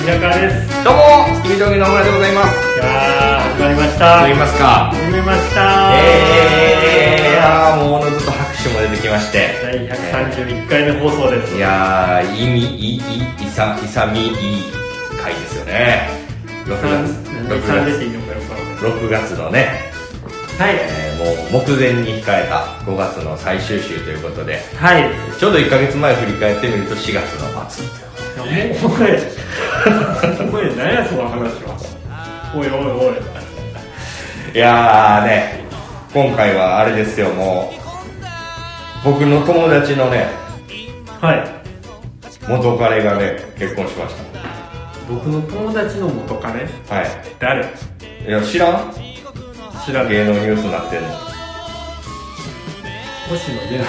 平川です。 どうも月見峠の村でございます。 いやー始まりました。 始まりますか。 始めました。 もうずっと拍手も出てきまして第131回目放送です。 いやー勇みいい回ですよね。6月のね、 はい、 もう目前に控えた5月の最終週ということで、 はい、ちょうど1ヶ月前振り返ってみると4月の末おい何やその話は。おいおいおい。 いやーね、今回はあれですよ、もう僕の友達のね、 はい、 元彼がね結婚しました。 僕の友達の元彼？はい。誰？ いや知らん芸能ニュースになってんの。 星野源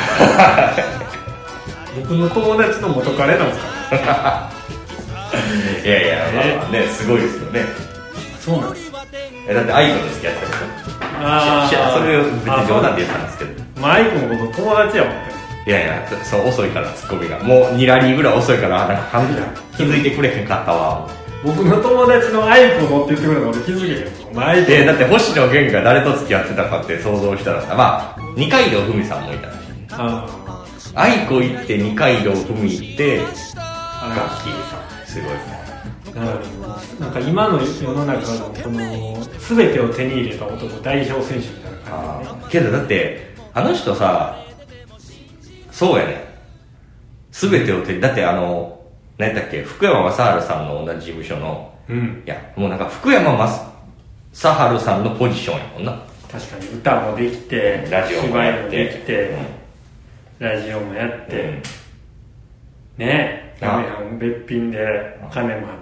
僕の友達の元彼なんですか？ いやいや、まあね、すごいですよね。 そうなんです。 だってアイコの好きやったでしょ。それを別に冗談で言ったんですけど、 まあアイコのこと友達やもんね。 いやいや、そう遅いからツッコミがもう2ラリーぐらい遅いから、なんか気づいてくれへんかったわ。 僕の友達のアイコのって言ってくれるの俺気づけへん。 だって星野源が誰と付き合ってたかって想像したらさ、まあ二階堂ふみさんもいたらしい。アイコ行って二階堂ふみ行ってガッキーさん、すごいね。 なんか今の世の中のこの全てを手に入れた男代表選手みたいな感じ、ね、 けどだってあの人さ、そうやね、全てを手に、だって何だっけ、福山雅治さんの同じ事務所の、いやもうなんか福山雅治さんのポジションやもんな。 確かに歌もできてラジオもやって芝居もできて、ラジオもやって、ねえ、ラーメン別品で金もあって、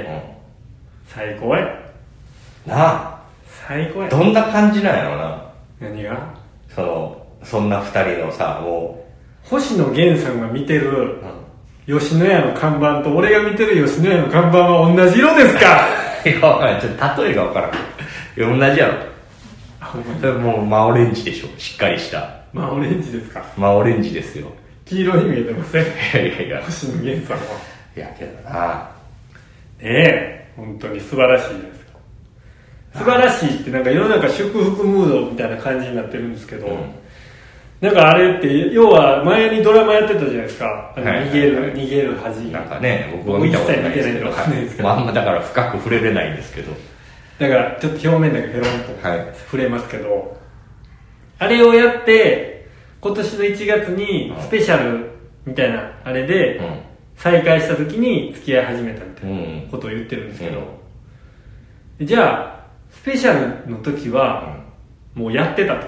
最高やなあ。 最高や。 どんな感じなんやろな。 何が？ そんな二人のさ、もう星野源さんが見てる、吉野家の看板と俺が見てる吉野家の看板は同じ色ですか？ いや分からん、ちょっと例えが分からん。いや同じやろ。それもう真オレンジでしょ、しっかりした。 真オレンジですか？ 真オレンジですよ。 黄色に見えてません？いや星野源さんは。 いやけどな、 本当に素晴らしいです。素晴らしいってなんか世の中祝福ムードみたいな感じになってるんですけど、なんかあれって要は前にドラマやってたじゃないですか。逃げる恥。 なんかね、僕は見たことないですけど、あんまだから深く触れれないんですけど、 だからちょっと表面だけペロンと触れますけど、あれをやって今年の1月にスペシャルみたいなあれで再会した時に付き合い始めたみたいなことを言ってるんですけど、じゃあスペシャルの時はもうやってたってこと？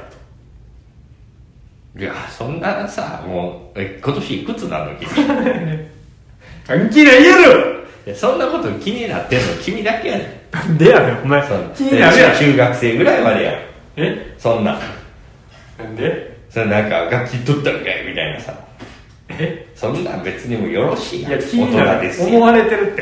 いやそんなさ、もう今年いくつなの君関係ないやろ。 いやそんなこと気になってんの君だけやねん。 なんでやねんお前。気になるやん。 中学生ぐらいまでやん。 そんな。 なんで？ それなんか楽器取ったのかいみたいなさ。そんなん別にもよろしいやん。 いや気になる思われてるって。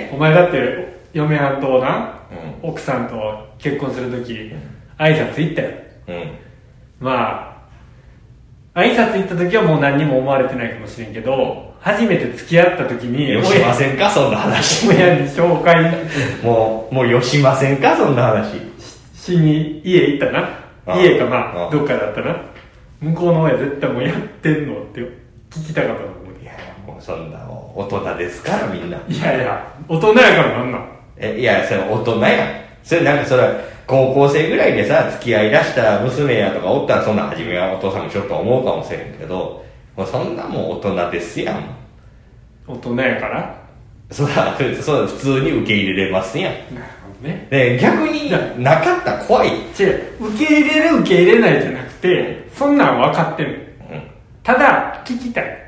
お前だって嫁はんとな、奥さんと結婚するとき、挨拶行ったよ。まあ挨拶行った時はもう何にも思われてないかもしれんけど、初めて付き合った時によしませんかそんな話。 親に紹介もうよしませんかそんな話。 しに家行ったな。家かまあどっかだったな。向こうの親絶対もうやってんのって聞きたかったの。 いやもうそんな大人ですからみんな。 いやいや大人やからなんなん。 いやそれ大人やん。それなんかそれ高校生ぐらいでさ付き合いだした娘やとかおったら、そんな初めはお父さんもちょっと思うかもしれんけど、もうそんなもん大人ですやん。 大人やからそう普通に受け入れれますやん。 なるほどね。 で逆になかったら怖い。 違う、受け入れる受け入れないじゃなくて、そんなん分かってる、ただ聞きたい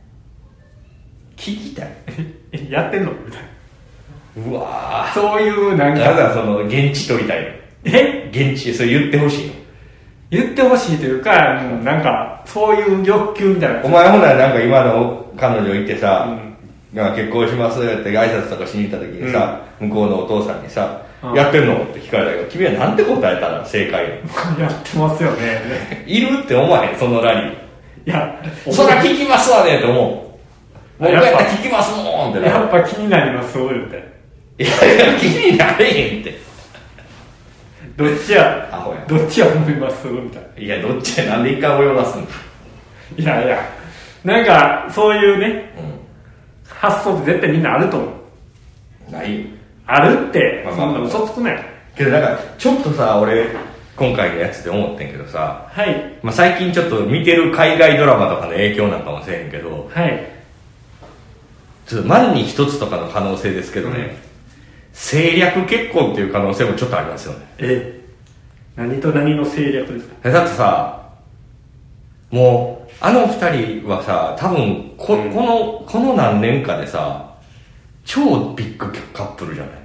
やってんのみたいな。 うわー、 そういうなんかだからその現地取りたいの。現地それ言ってほしいの。 言ってほしいというか、なんかそういう欲求みたいな。 お前ほんならなんか今の彼女行ってさ、結婚しますって挨拶とかしに行った時にさ、向こうのお父さんにさ、やってんのって聞かれたけど、君はなんて答えたら正解やってますよね。 いるって思わへん、そのラリー。 いや、 そりゃ聞きますわねって思う。僕やったら聞きますもんって。 やっぱ気になりますそう言うて。 いや気になれへんって。 どっちやアホや。 どっちや思いますみたいな。 いやどっちや、なんで一回泳がすんの。 いやいや、なんかそういうね、発想って絶対みんなあると思う。 ないよ。 あるって、そんな嘘つくなよ。 けどなんかちょっとさ、俺今回のやつで思ってんけどさ、 はい。 まあ、最近ちょっと見てる海外ドラマとかの影響なんかもしれへんけど、 はい。 ちょっと万に一つとかの可能性ですけどね、政略結婚っていう可能性もちょっとありますよね。 何と何の政略ですか？ だってさ、もうあの二人はさ、多分この何年かでさ、超ビッグカップルじゃない。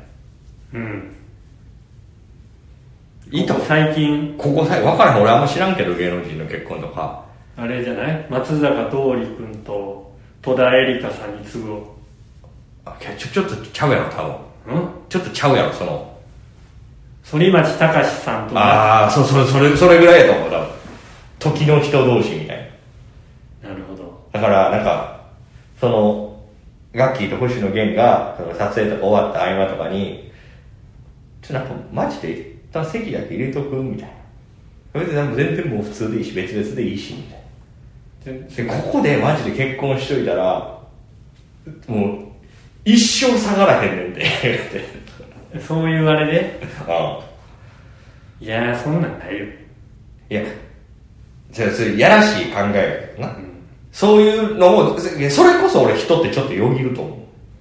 最近分からへん、俺あんま知らんけど、芸能人の結婚とか。 あれじゃない、松坂桃李君と戸田恵梨香さんに次ぐ。 ちょっとちゃうやろ多分。ちょっとちゃうやろ、その反町隆史さんとか。 ああ、それぐらいやと思う、多分。時の人同士みたいな。なるほど。 だからなんかそのガッキーと星野源がその撮影とか終わった合間とかに、なんかマジで一旦席だけ入れとくみたいな。別に全然もう普通でいいし、別々でいいしみたいな。でここでマジで結婚しといたらもう一生下がらへんねんって言って。 そういうあれでああ、 いやそんなんないよ。 いやそれやらしい考えやけどな、そういうのを、それこそ俺人ってちょっとよぎると思う。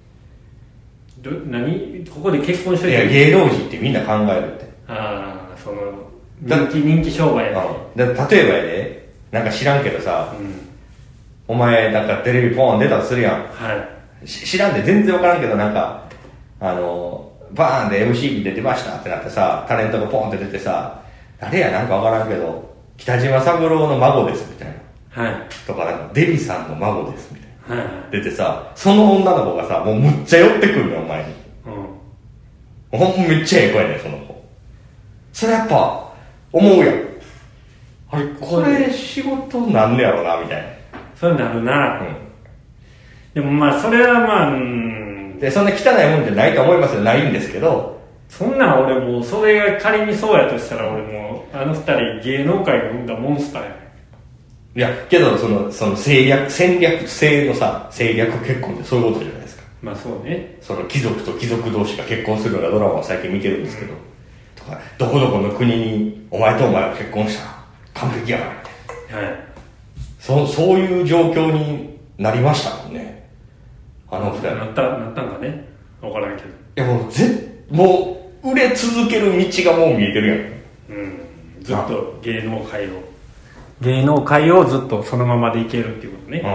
何ここで結婚しといて。 いや芸能人ってみんな考えるって。 ああ、その人気商売やね。 例えばやで、なんか知らんけどさ、お前なんかテレビポーン出たとするやん。 はい。 知らんで全然分からんけど、なんかバーンで MC で出ましたってなってさ、タレントがポーンって出てさ、誰やなんか分からんけど、北島三郎の孫ですみたいな、はい、とかなんかデビさんの孫ですみたいな、はい、出てさ、その女の子がさ、もうむっちゃ寄ってくるのお前に、ほんめっちゃええ子やねんその子。それやっぱ思うやん、あれこれ仕事なんねやろなみたいな。 それなるな、でもまあそれはまあでそんな汚いもんじゃないと思いますよ、ないんですけど、 そんなん俺もうそれが仮にそうやとしたら俺もうあの二人芸能界が生んだモンスターやね。 いやけどその戦略性のさ、政略結婚ってそういうことじゃないですか。 まあそうね、 その貴族と貴族同士が結婚するようなドラマを最近見てるんですけど、とかどこどこの国にお前とお前は結婚したら完璧やからみたいな、はい、そういう状況になりましたもんね、あの二人。 なったんかね、分からんけど。 いやもう売れ続ける道がもう見えてるやん。 ずっと芸能界をずっとそのままでいけるっていうことね。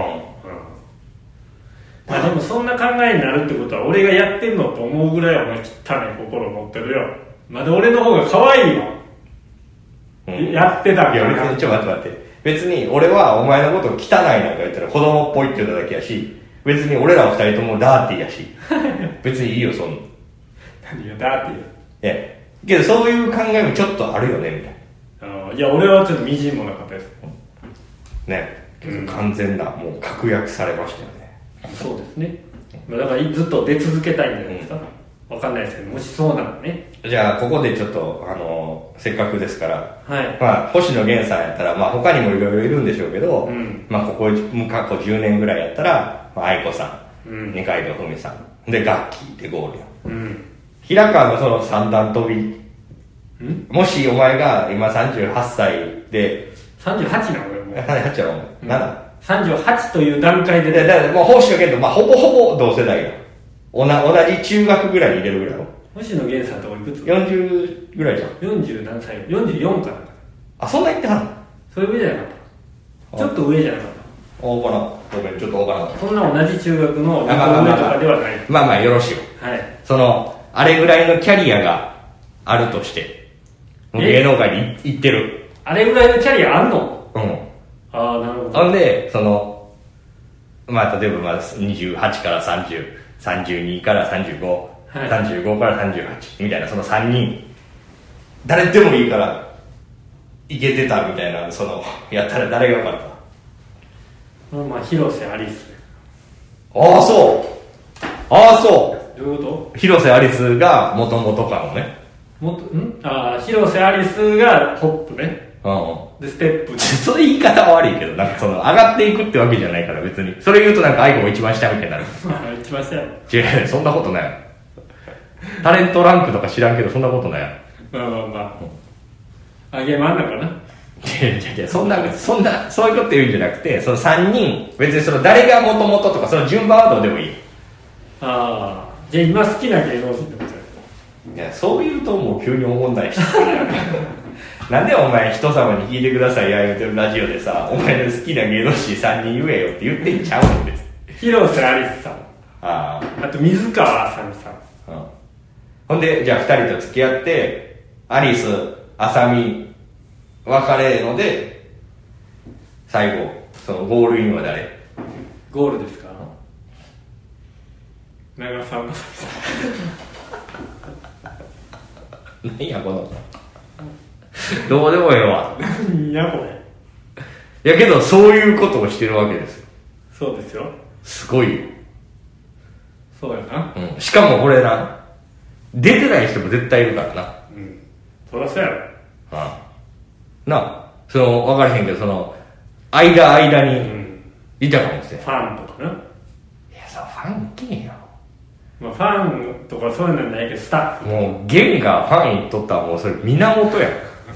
まあでもそんな考えになるってことは俺がやってんのと思うぐらいお前汚い心を持ってるよ。まだ俺の方が可愛いわ、やってたんか。 いや別にちょっと待って、別に俺はお前のこと汚いなんか言ったら子供っぽいって言っただけやし、別に俺ら二人ともダーティーやし別にいいよそんな。 何がダーティーや。 いやけどそういう考えもちょっとあるよねみたいな。いや俺はちょっとみじんもなかったですね、完全なもう確約されましたよね。 そうですね、だからずっと出続けたいんじゃないですか、分かんないですけど、もしそうならね。じゃあここでちょっとせっかくですから、 はい、 まあ、星野源さんやったら、まあ、他にもいろいろいるんでしょうけど、まあ、過去10年ぐらいやったら、まあ、愛子さん、二階堂ふみさんでガッキーでゴールや、平川のその三段跳び、もしお前が今38歳で 38なの俺もう 38やろお前、 38という段階でだからもう星野源と、まあ、ほぼほぼ同世代や、同じ中学ぐらいに入れるぐらいの。 星野源さんとこいくつ ？40ぐらいじゃん。 40何歳？ 44かな。 あ、そんな言ってはんの？ それ上じゃなかった。ちょっと上じゃなかった。 大かな。ごめん、ちょっと大かな。 そんな同じ中学の2個上とかではない。 まあまあよろしいよ。はい。あれぐらいのキャリアがあるとして、芸能界に行ってる。 あれぐらいのキャリアあんの？ ああ、なるほど。ほんで、まあ例えばまあ28から30、32から35、はい、35から38みたいな、その3人誰でもいいからいけてたみたいな、やったら誰がよかった？ まあ広瀬アリス。 ああそうどういうこと？ 広瀬アリスが元々かもね。 広瀬アリスがホップね。で、ステップ。 それ言い方は悪いけど、なんか上がっていくってわけじゃないから別に。それ言うとなんかアイコが一番下みたいになる。 一番下やろ。 違う、そんなことない。タレントランクとか知らんけど、そんなことない。 あげまんなかな。 いや、そういうこと言うんじゃなくて、その3人、別にその誰が元々とか、その順番はどうでもいい。 じゃあ今好きな芸能人ってことや。いや、そう言うともう急に思んない人なんでお前人様に聞いてくださいや言うてるラジオでさ、お前の好きな芸能人3人言えよって言ってんちゃうの別に。 広瀬アリスさん。あと水川あさみさん。 ほんで、じゃあ2人と付き合って、アリス、あさみ、別れるので、最後、そのゴールインは誰？ ゴールですか？長澤まさみさん。何やこのどうでもええわ。 何やこれ。 いやけどそういうことをしてるわけですよ。 そうですよ。すごいよ。 そうやな。 しかもこれな、出てない人も絶対いるからな。 そらそうやろ。 なあ、分からへんけど、間にいたかもしれん。 ファンとかな。いや、ファンけんよ。 ファンとかそういうのはないけど、スタッフ。 もう、ゲンがファン言っとったらもうそれ源やん。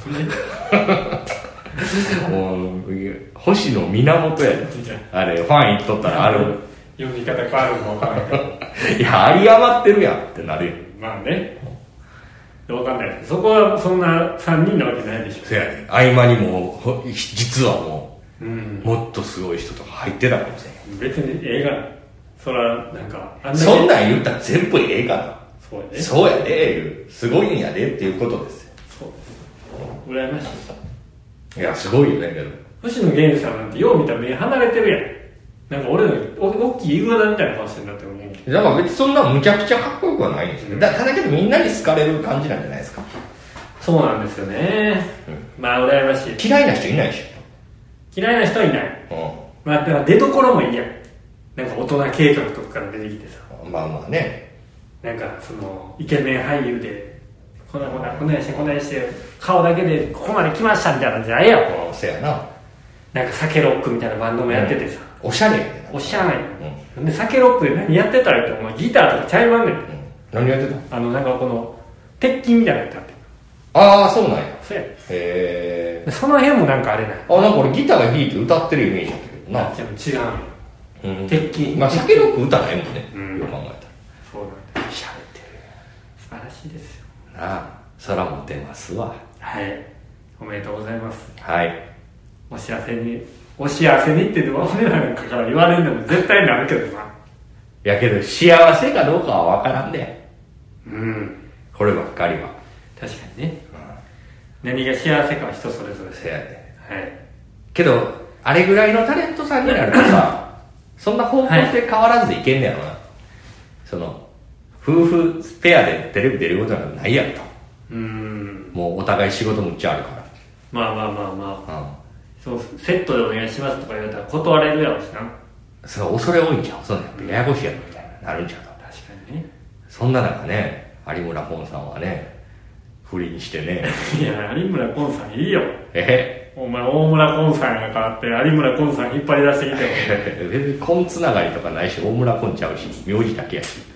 もう、星野源やで。あれ、ファン言っとったらある。 読み方変わるのか分からんけど。 いや、有り余ってるやんってなるよ。 まあね。分かんない。そこはそんな3人なわけないでしょ。 そうやね。合間にも、実はもう、もっとすごい人とか入ってたかもしれん。 別に映画、そら、なんか、 そんなん言ったら全部映画な。 そうやで。 そうやで、すごいんやでっていうことですよ。 そうです。羨ましい。 いや、すごいよね、けど。 星野源さんなんてよう見たら目離れてるやん。なんか俺の大きいイグアナみたいな顔してるんだって思う。 だから別にそんなむちゃくちゃかっこよくはないんですよ。ただけどみんなに好かれる感じなんじゃないですか。 そうなんですよね。まあ羨ましい。 嫌いな人いないでしょ。 嫌いな人はいない。まあだから出どころもいいやん。なんか大人計画とかから出てきてさ。 まあね。 なんかイケメン俳優でこんなして顔だけでここまで来ましたみたいなんじゃないやん。 そうやな。 なんか酒ロックみたいなバンドもやっててさ。 おしゃれやね。おしゃれ。で酒ロックで何やってたらってお前ギターとかちゃいまんねん。 何やってた？ なんかこの鉄筋みたいなやつあって。 ああ、そうなんや。 そうや。 へえ。 その辺もなんかあれない。 なんか俺ギターが弾いて歌ってるイメージだけどな。 違う。鉄筋。 まあ酒ロック歌ないもんね。よく考えたら。 そうなんだ。しゃれてる。素晴らしいですよ。 そらモテますわ。 はい。おめでとうございます。 はい。 お幸せにって言うと俺らなんかから言われるのも絶対なるけどな。 やけど幸せかどうかは分からんで。こればっかりは。 確かにね。何が幸せかは人それぞれ。 せやで。 はい。 けど、あれぐらいのタレントさんになるとさ、そんな方向性変わらずいけんねやろな。夫婦ペアでテレビ出ることなんかないやんと。もうお互い仕事むっちゃあるから。 まあ。そうセットでお願いしますとか言われたら断れるやろしな。 恐れ多いんちゃう。そんなんややこしいやろみたいななるんちゃうと。 確かにね。 そんな中ね、有村昆さんはね、不倫してね。 いや、有村昆さんいいよ。 お前大村昆さんやからって有村昆さん引っ張り出してきても。 別に昆つながりとかないし、大村昆ちゃうし、名字だけやし。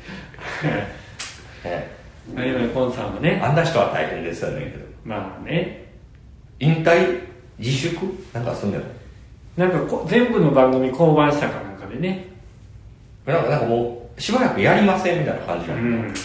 有村昆さんはね。 あんな人は大変ですよね。 まあね。 引退自粛なんかすんだよ。 なんか全部の番組降板したかなんかでね。 なんかもうしばらくやりませんみたいな感じなんだよ。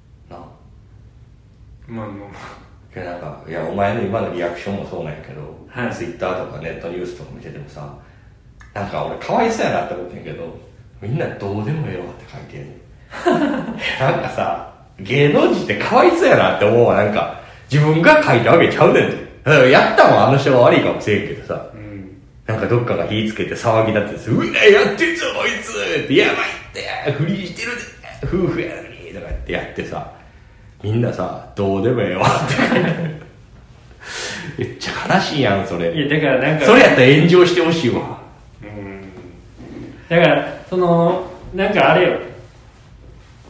なんかいやお前の今のリアクションもそうなんやけど、ツイッターとかネットニュースとか見ててもさ、なんか俺かわいそうやなって思ってんけど、みんなどうでもええわって書いてんねなんかさ、芸能人ってかわいそうやなって思うわ。なんか自分が書いたわけちゃうねんって。やったもんあの人は悪いかもしれんけどさ、なんかどっかが火つけて騒ぎ立ってうわやってんぞこいつってやばいって不倫してるで夫婦やのにとかってやってさ、みんなさどうでもええわって書いてめっちゃ悲しいやんそれ。 いやだからなんかそれやったら炎上してほしいわ。 だからなんかあれよ、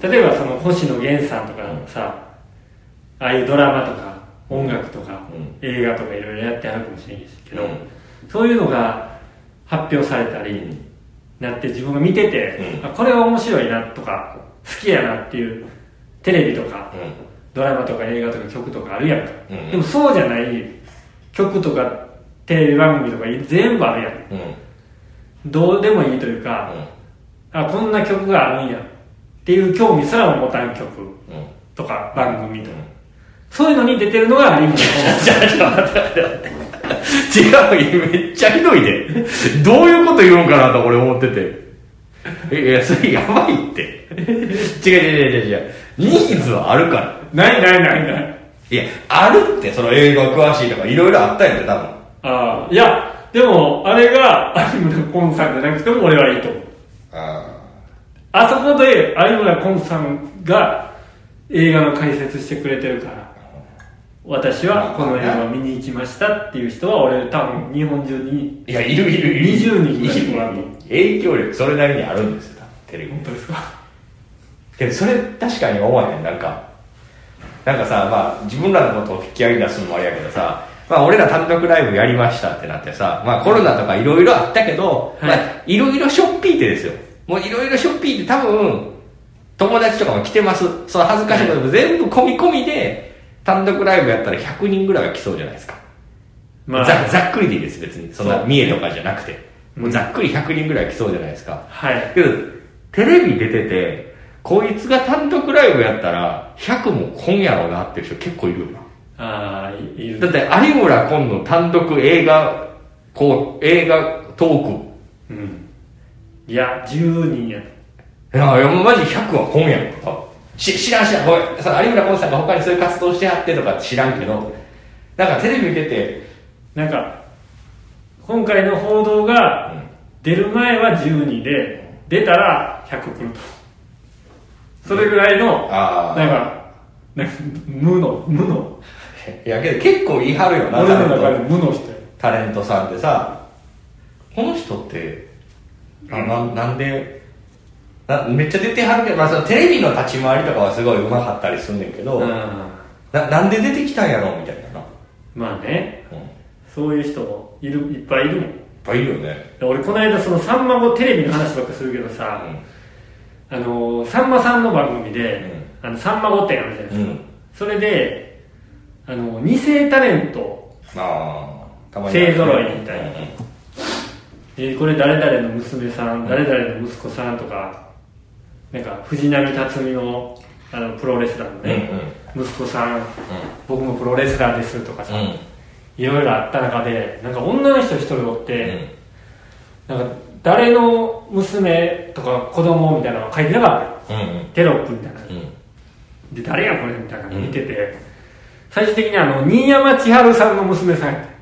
例えばその星野源さんとかさ、ああいうドラマとか音楽とか、映画とかいろいろやってあるかもしれないけど、そういうのが発表されたり、なって自分が見てて、あこれは面白いなとか好きやなっていうテレビとか、ドラマとか映画とか曲とかあるやんか、でもそうじゃない曲とかテレビ番組とか全部あるやん、どうでもいいというか、あこんな曲があるんやっていう興味すらも持たん曲とか番組とか、そういうのに出てるのが有村昆さん。ちょっと待って違う、めっちゃひどいで。どういうこと言うんかなと俺思ってて。いや、それやばいって。違う。ニーズはあるから。 ない。 いや、あるって、その映画詳しいとかいろいろあったんやで、多分。 ああ、いや、でも、あれが有村昆さんじゃなくても俺はいいと思う。あそこで有村昆さんが映画の解説してくれてるから、私はこの映画を見に行きましたっていう人は俺多分日本中にいやいる 20人ぐらいもらうと影響力それなりにあるんですよ、テレビ。 本当ですか？ でもそれ確かに思わへん。なんかさ、まあ自分らのことを引き合い出すのもあれやけどさ、まあ俺ら単独ライブやりましたってなってさ、まあコロナとかいろいろあったけど、まあいろいろしょっぴーてですよ。もういろいろしょっぴーって多分友達とかも来てます。その恥ずかしいことも全部込み込みで単独ライブやったら100人ぐらいは来そうじゃないですか。まあ、ざっくりでいいです、別に。そんな三重とかじゃなくて。もうざっくり100人ぐらい来そうじゃないですか。 はい。 けど、テレビ出てて、こいつが単独ライブやったら、100も来んやろうなっていう人結構いるよな。 ああ、いる。 だって、有村昆の単独映画トーク。 うん。いや、10人や。 いや、マジ100は来んやろ。知らん。ごめん。有村昆さんが他にそういう活動してはってとか知らんけど、なんかテレビ出て、 なんか、今回の報道が、出る前は10人で、出たら100来ると。それぐらいの、なんか無の。 いやけど結構言い張るよな、 俺の中で無の人。 タレントさんってさ、この人って、なんで、めっちゃ出てはるけど、まあ、そのテレビの立ち回りとかはすごい上手かったりすんねんけど、なんで出てきたんやろみたいな。 まあね、そういう人もいっぱいいるもん。いっぱいいるよね。 俺この間そのさんまごテレビの話ばっかするけどさ、さんまさんの番組で、さんま御殿あるじゃないですか、それで2世タレント勢ぞろいみたいな、これ誰々の娘さん、誰々の息子さんとか、なんか藤波辰巳のプロレスラーのね、息子さん、僕もプロレスラーですとかさ、いろいろあった中で、なんか女の人一人おって、なんか誰の娘とか子供みたいなのが書いてなかったよ、テロップみたいな、で誰やこれみたいなの見てて、最終的に新山千春さんの娘さんやった。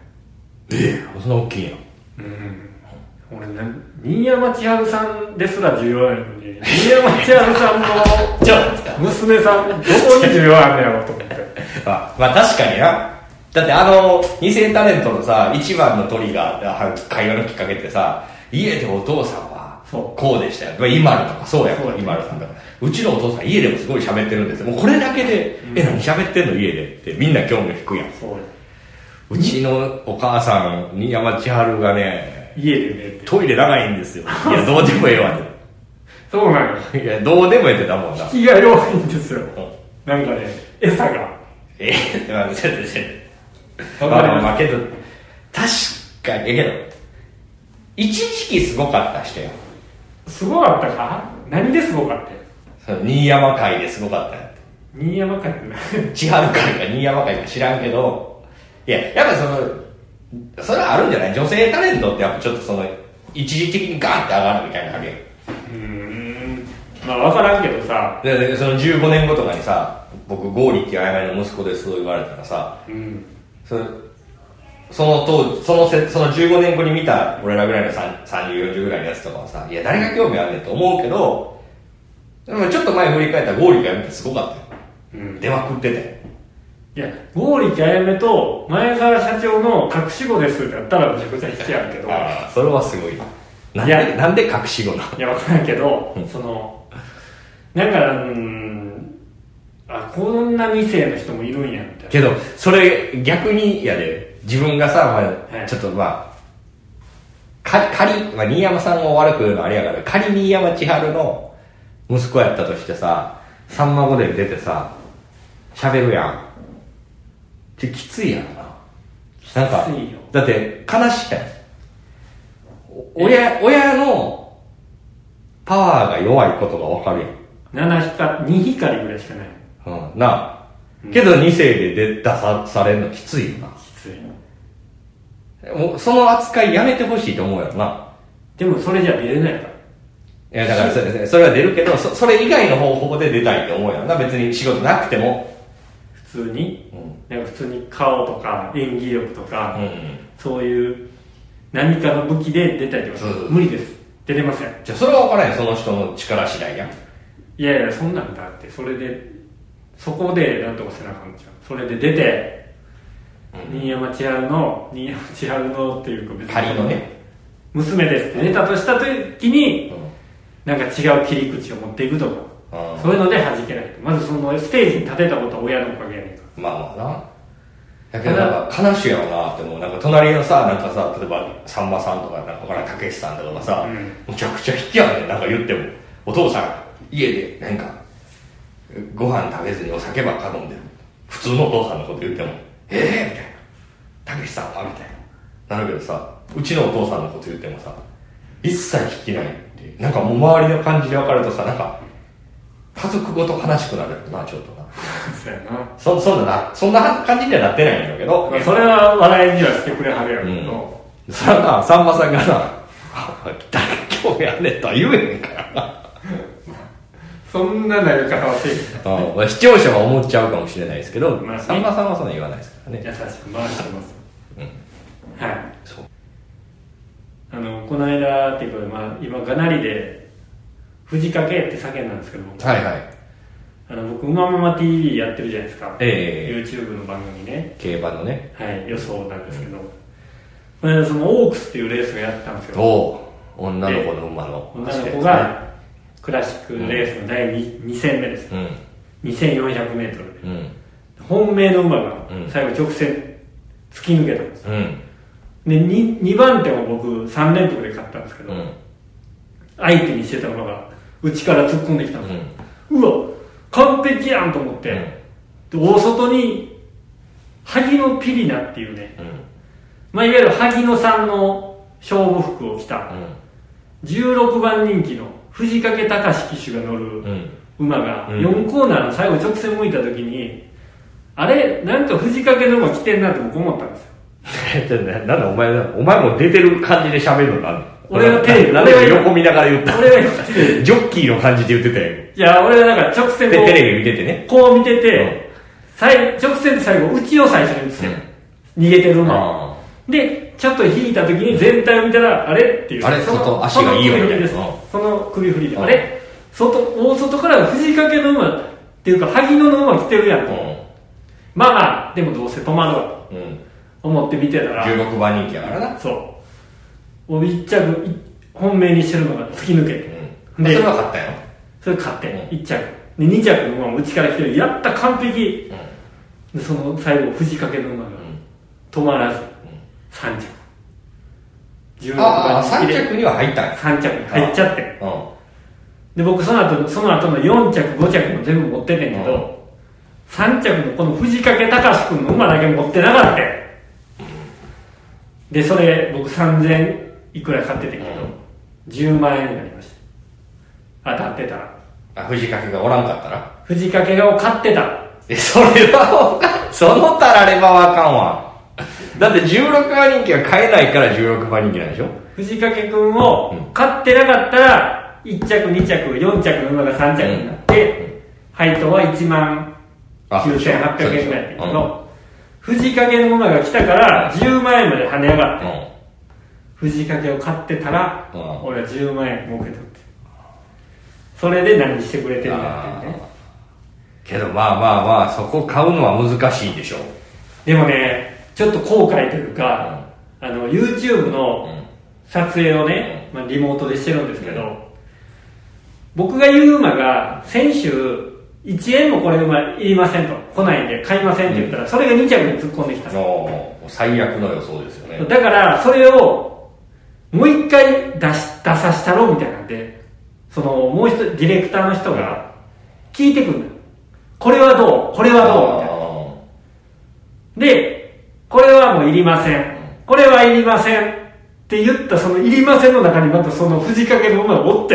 そんな大きいやん。 俺新山千春さんですら重要やのに、新山千春さんの娘さんどこに重要あんねやろと思ってまあ確かにな。だって二世タレントのさ一番のトリガー会話のきっかけってさ、家でお父さんはこうでしたよ、今るとかそうやん、今るさんだから、うちのお父さん家でもすごい喋ってるんですよ、もうこれだけで何喋ってんの家でってみんな興味引くやん。うちのお母さん新山千春がね、 家でねトイレ長いんですよ。いやどうでもええわって。 そうなんよ。 いやどうでもええってだもんな。 引きが弱いんですよ、なんかね、餌がまあけど確かにけど一時期すごかった人よ。 すごかったか？何ですごかったよ。 新山会ですごかったよ。 新山会って千春会か新山会か知らんけど、いややっぱそれはあるんじゃない？女性タレントってやっぱちょっと一時的にガーンって上がるみたいなのあるやん。 まあ分からんけどさ、 でその15年後とかにさ、僕ゴーリっていうあやめの息子ですと言われたらさ、その15年後に見た俺らぐらいの30、40ぐらいのやつとかはさ、いや誰が興味あるねんと思うけど、でもちょっと前振り返ったらゴーリがやめてすごかったよ、出まくってて。 いや、剛力あやめと前澤社長の隠し子ですってやったらめちゃくちゃ必要あるけど、 それはすごい。なんで隠し子なの？ いや分からんけど、 だからこんな2世の人もいるんやみたいな。 けどそれ逆にやで、自分がさ、ちょっと仮、新山さんを悪く言うのあれやから、仮に新山千春の息子やったとしてさ、さんま御殿出てさ喋るやん。きついやんな。なんかだって悲しいやん。親のパワーが弱いことが分かるやん。 2光ぐらいしかない。 なあ。けど2世で出されるのきついよな。 きつい。 もうその扱いやめてほしいと思うやろな。 でもそれじゃ出れないから。 いやだからそれは出るけど、それ以外の方法で出たいと思うやろな。別に仕事なくても普通に、なんか普通に顔とか演技力とか、そういう何かの武器で出たいってこと。無理です。出れません。 じゃあそれは分からない。その人の力次第やん。 いやいや、そんなんだって、そこでなんとかせなあかんじゃん。それで出て、新山千春のっていうか別に仮のね娘ですって出たとした時に、なんか違う切り口を持っていくとか、そういうので弾けないと。まずそのステージに立てたことは親のおかげやねんから。まあな。だけどなんか悲しいやろなって思う。なんか隣のさ、なんかさ、例えばさんまさんとか、なんかたけしさんとかがさ、むちゃくちゃ引きやねん。なんか言っても、お父さん家でなんかご飯食べずにお酒ばっか飲んでる普通のお父さんのこと言ってもみたいな、たけしさんはみたいななるけどさ、うちのお父さんのこと言ってもさ、一切引きないって、なんかもう周りの感じで分かるとさ、なんか家族ごと悲しくなるな、ちょっとな。 そうやな。 そんな感じにはなってないんだけど、 それは笑いにはしてくれはるやろけど、 それはな、さんまさんがな誰興味あんねんとは言えへんからなそんななり方はせえへん。 視聴者は思っちゃうかもしれないですけど、 まあ、 さんまさんはそんな言わないですからね。 優しく回してます。はい。そう。この間っていうか、今がなりで藤掛って叫んだんですけど、 はいはい。 僕うままま TV やってるじゃないですか。YouTube の番組ね。 競馬のね。 はい、予想なんですけど、この間そのオークスっていうレースをやったんですよ。 女の子の馬の、 女の子がクラシックレースの第 2戦目です、2400メートルで、本命の馬が最後直線突き抜けたんですよ、で 2番手を僕3連複で勝ったんですけど、相手にしてた馬が内から突っ込んできたんですよ、うわ完璧やんと思って、で大外に萩野ピリナっていうね、いわゆる萩野さんの勝負服を着た、16番人気の藤掛隆騎手が乗る馬が4コーナーの最後直線向いた時に、あれなんか藤掛の馬来てんなって僕思ったんですよ。 なんだお前も出てる感じで喋るのなん俺はテレビ、 なんで横見ながら言った。 俺はジョッキーの感じで言ってたよ。 いや俺はだから直線でテレビ見ててね、 こう見てて、直線で最後内を最初に打つよ、逃げてる馬でちょっと引いた時に全体を見たらあれっていう、 あれ外足がいいよね、 その首振りであれ大外から藤掛の馬っていうか萩野の馬来てるやん、まあでもどうせ止まるわと思って見てたら、 16番人気やからな。 そう1着本命にしてるのが突き抜けて、 でそれは勝ったよ。 それ勝って、1着で2着の馬も内から来てる、やった完璧、でその最後藤掛の馬が止まらず3着、16番 3着には入ったんや。 3着に入っちゃって、で僕その後の4着5着も全部持ってんねんけど、3着のこの藤掛隆君の馬だけ持ってなかった、でそれ僕3000いくら買っててんけど、10万円になりました。当たってたら。 藤掛がおらんかったら、 藤掛が買ってた。 それはそのたらればわかんわ。だって16番人気は買えないから16番人気なんでしょ。 藤掛君を買ってなかったら1着2着4着の馬が3着になって、配当は1万9800円ぐらいだったけど、藤掛の馬が来たから10万円まで跳ね上がって、藤掛を買ってたら俺は10万円儲けとって、それで何してくれてるんだっていうね。 けどまあそこ買うのは難しいでしょ。 でもねちょっと後悔というか、YouTube の撮影をね、リモートでしてるんですけど、 僕が言う馬が先週1円もこれ馬いりませんと、来ないんで買いませんって言ったら、それが2着に突っ込んできた。 最悪の予想ですよね。 だからそれをもう一回出さしたろうみたいなんで、そのもう一人ディレクターの人が聞いてくるのよ。これはどう、これはどうみたいな。で、これはもういりません、これはいりませんって言ったそのいりませんの中にまたその藤掛の馬がおって、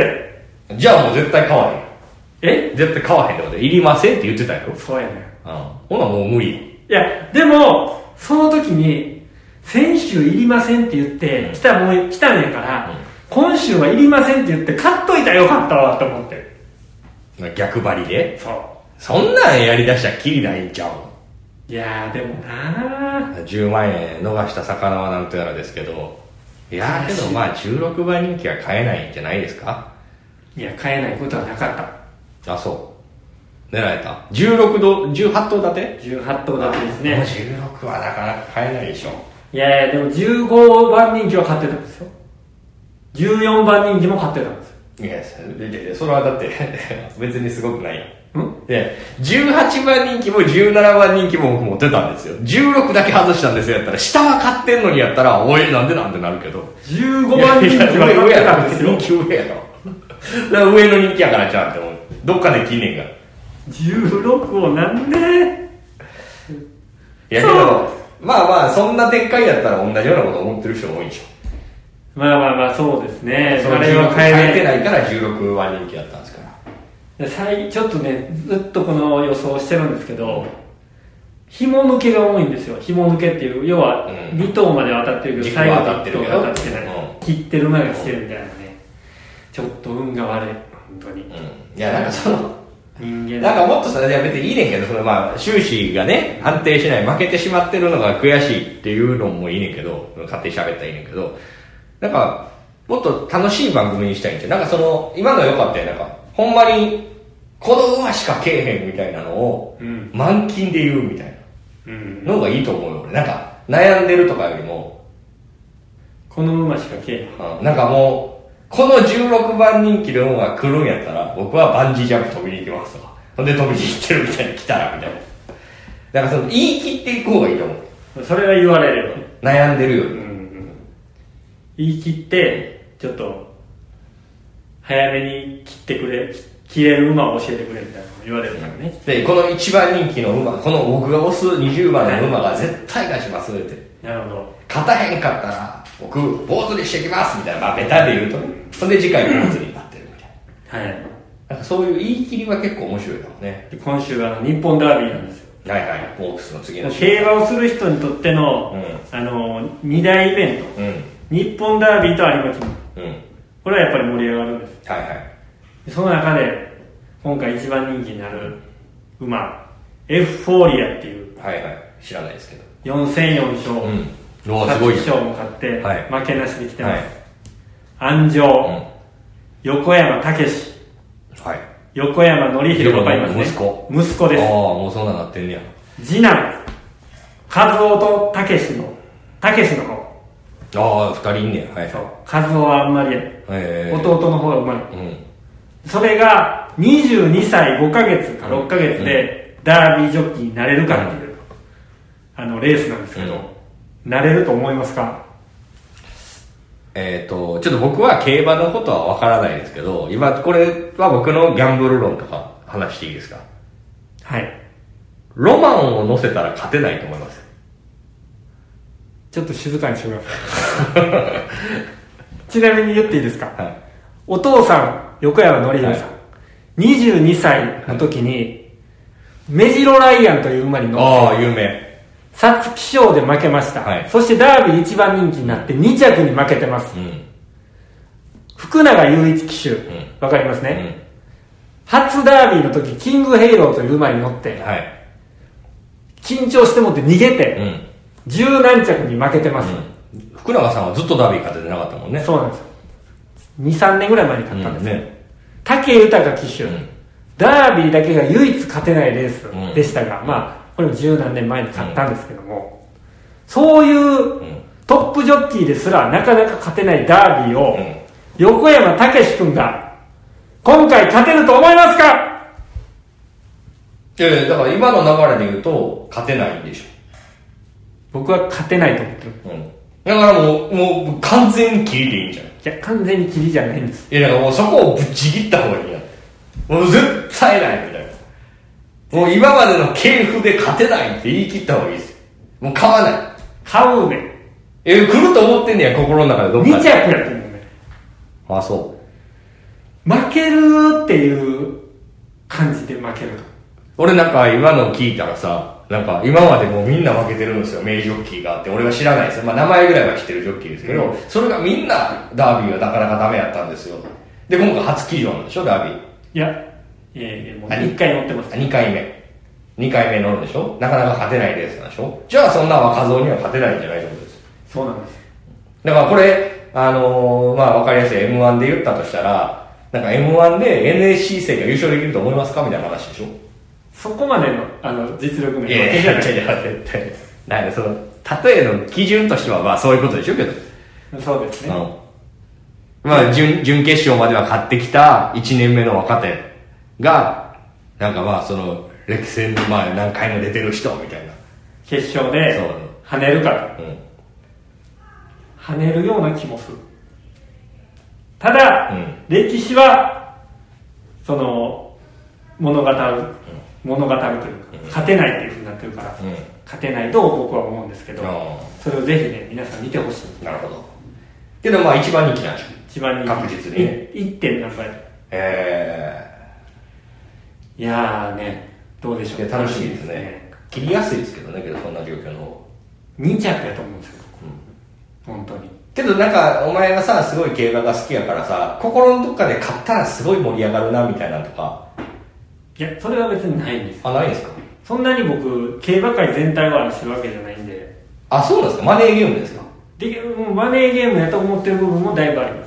じゃあもう絶対買わへん。 絶対買わへんってことで、いりませんって言ってたよ。 そうやねん。 ほなもう無理。 いや、でも、その時に、先週いりませんって言って、来たんやから、今週はいりませんって言って買っといたらよかったわと思って。 逆張りで？ そう。 そんなんやりだしたらキリないんちゃう？ いやーでもなー。 10万円逃した魚はなんとやらですけど、いやーけどまあ16番人気は買えないんじゃないですか？ いや、買えないことはなかった。 あ、そう。狙えた。18頭立て？ 18頭立てですね。 もう16はなかなか買えないでしょ。 いやいや、でも15番人気は買ってたんですよ。14番人気も買ってたんですよ。 いや、それはだって別にすごくないよ。で、18番人気も17番人気も僕持ってたんですよ。16だけ外したんですよ。やったら、下は買ってんのにやったら、おい、なんでなんてなるけど。 15番人気は買ってたんですよ。 人気上やろ。だから上の人気やからちゃんって思う。どっかで記念が。 16をなんで？ いやけど、まあ、そんな展開やったら同じようなこと思ってる人が多いでしょ。 まあ、そうですね。 それは変えてないから16番人気だったんですから。 ちょっとね、ずっとこの予想してるんですけど、紐抜けが多いんですよ。紐抜けっていう、要は2頭までは当たってるけど、最後の1頭が当たってない。切ってる馬が来てるみたいなね。ちょっと運が悪い、本当に。 いや、なんかその、 人間なんかもっとさ、別にいいねんけど、そのまあ、終始がね、安定しない、負けてしまってるのが悔しいっていうのもいいねんけど、勝手に喋ったらいいねんけど、なんか、もっと楽しい番組にしたいんじゃん。なんかその、今の良かったよ。なんか、ほんまに、この馬しかけえへんみたいなのを、満金で言うみたいなのがいいと思うよ、俺。なんか、悩んでるとかよりも、 この馬しかけえへん。 なんかもう、この16番人気の馬が来るんやったら、僕はバンジージャンプ飛びに行きますとか。ほんで飛びに行ってるみたいに来たら、みたいな。だからその、言い切っていく方がいいと思う。 それは言われるよ。 悩んでるよ。 言い切って、ちょっと、早めに切れる馬を教えてくれみたいなの言われるからね。 で、この1番人気の馬、この僕が押す20番の馬が絶対勝ちますって。 なるほど。 勝たへんかったら、僕、坊主にしてきますみたいな、まあ、ベタで言うとね。それで次回坊主になってるみたいな。 はい。 なんかそういう言い切りは結構面白いかもね。 今週は日本ダービーなんですよ。 はいはい。ホークスの次の競馬をする人にとっての、2大イベント。日本ダービーと有馬記念。これはやっぱり盛り上がるんです。 はいはい。 その中で、今回一番人気になる馬、エフフォーリアっていう。 はいはい。知らないですけど。 4戦4勝。 すごい。 8勝も勝って、負けなしで来てます。 安城、横山武史。 はい。 横山典弘わかりますね。 息子です。 ああ、もうそんななってんねや。 次男、和夫と武史の方。 ああ、2人いんねや。はい。 そう。和夫はあんまりや。弟の方がうまい。それが22歳5ヶ月か6ヶ月でダービージョッキーになれるかっていう、レースなんですけど、なれると思いますか？ ちょっと僕は競馬のことはわからないですけど、今これは僕のギャンブル論とか話していいですか？ はい。 ロマンを乗せたら勝てないと思います。 ちょっと静かにしてください。ちなみに言っていいですか？はい。お父さん、横山典弘さん、22歳の時に、メジロライアンという馬に乗って、 ああ、有名。 皐月賞で負けました。そしてダービー一番人気になって2着に負けてます。福永雄一騎手、わかりますね。初ダービーの時、キングヘイローという馬に乗って、緊張してもって逃げて、十何着に負けてます。 福永さんはずっとダービー勝ててなかったもんね。 そうなんですよ。2、3年ぐらい前に勝ったんですよ。武豊騎手、ダービーだけが唯一勝てないレースでしたが、まあ、これも十何年前に勝ったんですけども、そういうトップジョッキーですらなかなか勝てないダービーを、横山武史君が今回勝てると思いますか？ だから今の流れで言うと勝てないんでしょ。 僕は勝てないと思ってる。 だからもう完全に切りでいいんじゃん。 いや、完全に切りじゃないんです。 いや、だからもうそこをぶっちぎった方がいいやん。もう絶対ないみたいな。もう今までの系譜で勝てないって言い切った方がいいですよ。もう買わない。 買うね。 来ると思ってんねや、心の中でどっかで。 2着やと思うね。 あ、そう。 負けるっていう感じで負けると。 俺なんか今の聞いたらさ、なんか今までもうみんな負けてるんですよ、名ジョッキーがあって。俺は知らないですよ。まあ名前ぐらいは知ってるジョッキーですけど、それがみんなダービーはなかなかダメやったんですよ。で、今回初騎乗なんでしょ、ダービー。 いや、もう1回乗ってます。 2回目。2回目乗るでしょ。なかなか勝てないレースなんでしょ。じゃあそんな若造には勝てないんじゃないってことです。 そうなんです。 だからこれ、まあわかりやすい M1 で言ったとしたら、なんか M1 で NSC 生が優勝できると思いますかみたいな話でしょ。 そこまでの実力のわけじゃない。絶対なんかその例えの基準としてはまあそういうことでしょうけど。 そうですね。 まあ準決勝までは勝ってきた1年目の若手がなんかまあその歴戦のまあ何回も出てる人みたいな決勝で跳ねるかと、跳ねるような気もする。ただ、歴史はその物語るというか、勝てないっていうふうになってるから、勝てないと僕は思うんですけど、それをぜひね皆さん見てほしい。 なるほど。けどまあ一番人気なんでしょ。 一番人気確実にね。 1. 点何倍。いやーね、どうでしょう。 楽しいですね。切りやすいですけどね、けどそんな状況の方 2着やと思うんですよ、本当に。 けどなんかお前はさすごい競馬が好きやからさ、心のどっかで勝ったらすごい盛り上がるなみたいなとか。 いや、それは別にないんです。 ないんですか。そんなに僕競馬界全体を愛してるわけじゃないんで。 そうなんですか。マネーゲームですか。 マネーゲームやと思ってる部分もだいぶあります。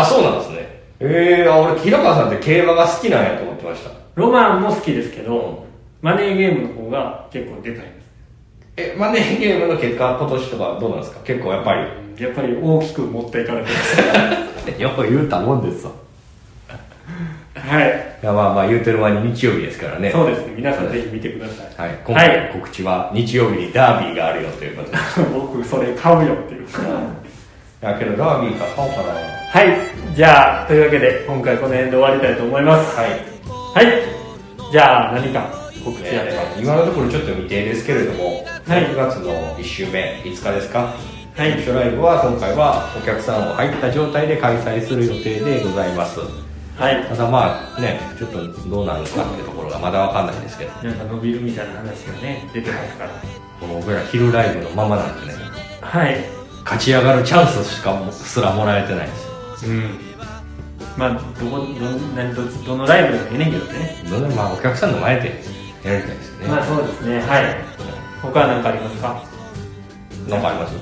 そうなんですね。俺平川さんって競馬が好きなんやと思ってました。 ロマンも好きですけど、マネーゲームの方が結構でかいです。 マネーゲームの結果今年とかどうなんですか。結構やっぱり大きく持っていかれてますよく言うたもんですわ。 はい。 いやまあ言うてる間に日曜日ですからね。 そうですね。皆さんぜひ見てください。 はい。今回の告知は日曜日にダービーがあるよということで僕それ買うよっていうやけどダービー買おうかな。 はい。じゃあというわけで今回この辺で終わりたいと思います。 はいじゃあ何か告知あれば。 今のところちょっと未定ですけれども、9月の1週目5日ですか。はい。ライブは今回はお客さんも入った状態で開催する予定でございます。はい。ただまあね、ちょっとどうなるのかっていうところがまだわかんないですけど、 なんか伸びるみたいな話がね出てますから。 僕ら昼ライブのままなんでね。 はい。 勝ち上がるチャンスすらもらえてないんですよ。 まあどのライブでもいいねんけどね。 まあお客さんの前でやりたいですよね。 まあそうですね。はい。他は何かありますか。 何かあります。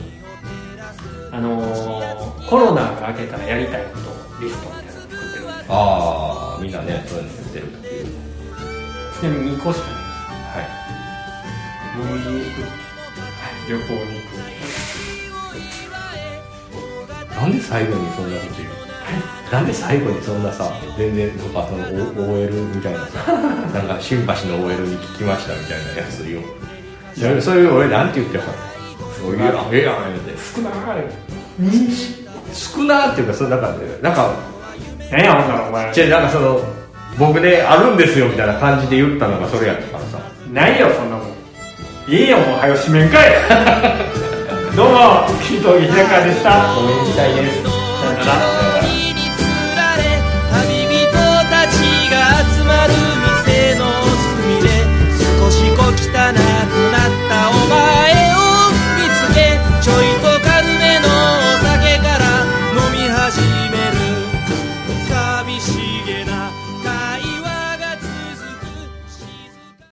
コロナが明けたらやりたいことリストみたいなの作ってるんですよ。 みんなねそういうの言ってるっていう。 ちなみに2個しかないです。 はい。 飲みに行く、旅行に行く。なんで最後にそんなこと言う。なんで最後にそんなさ、全然なんかその OL みたいなさなんか新橋の OL に聞きましたみたいなやつ言う。そういう俺なんて言ってよ。そういうやんって少ない少なっていうか、それなんか何やほんならお前なんかその僕であるんですよみたいな感じで言ったのがそれやったからさ。 ないよそんなもん。いいよもう早しめんかいどうも月峠平川でした。 ごめんなさいです。 さよなら。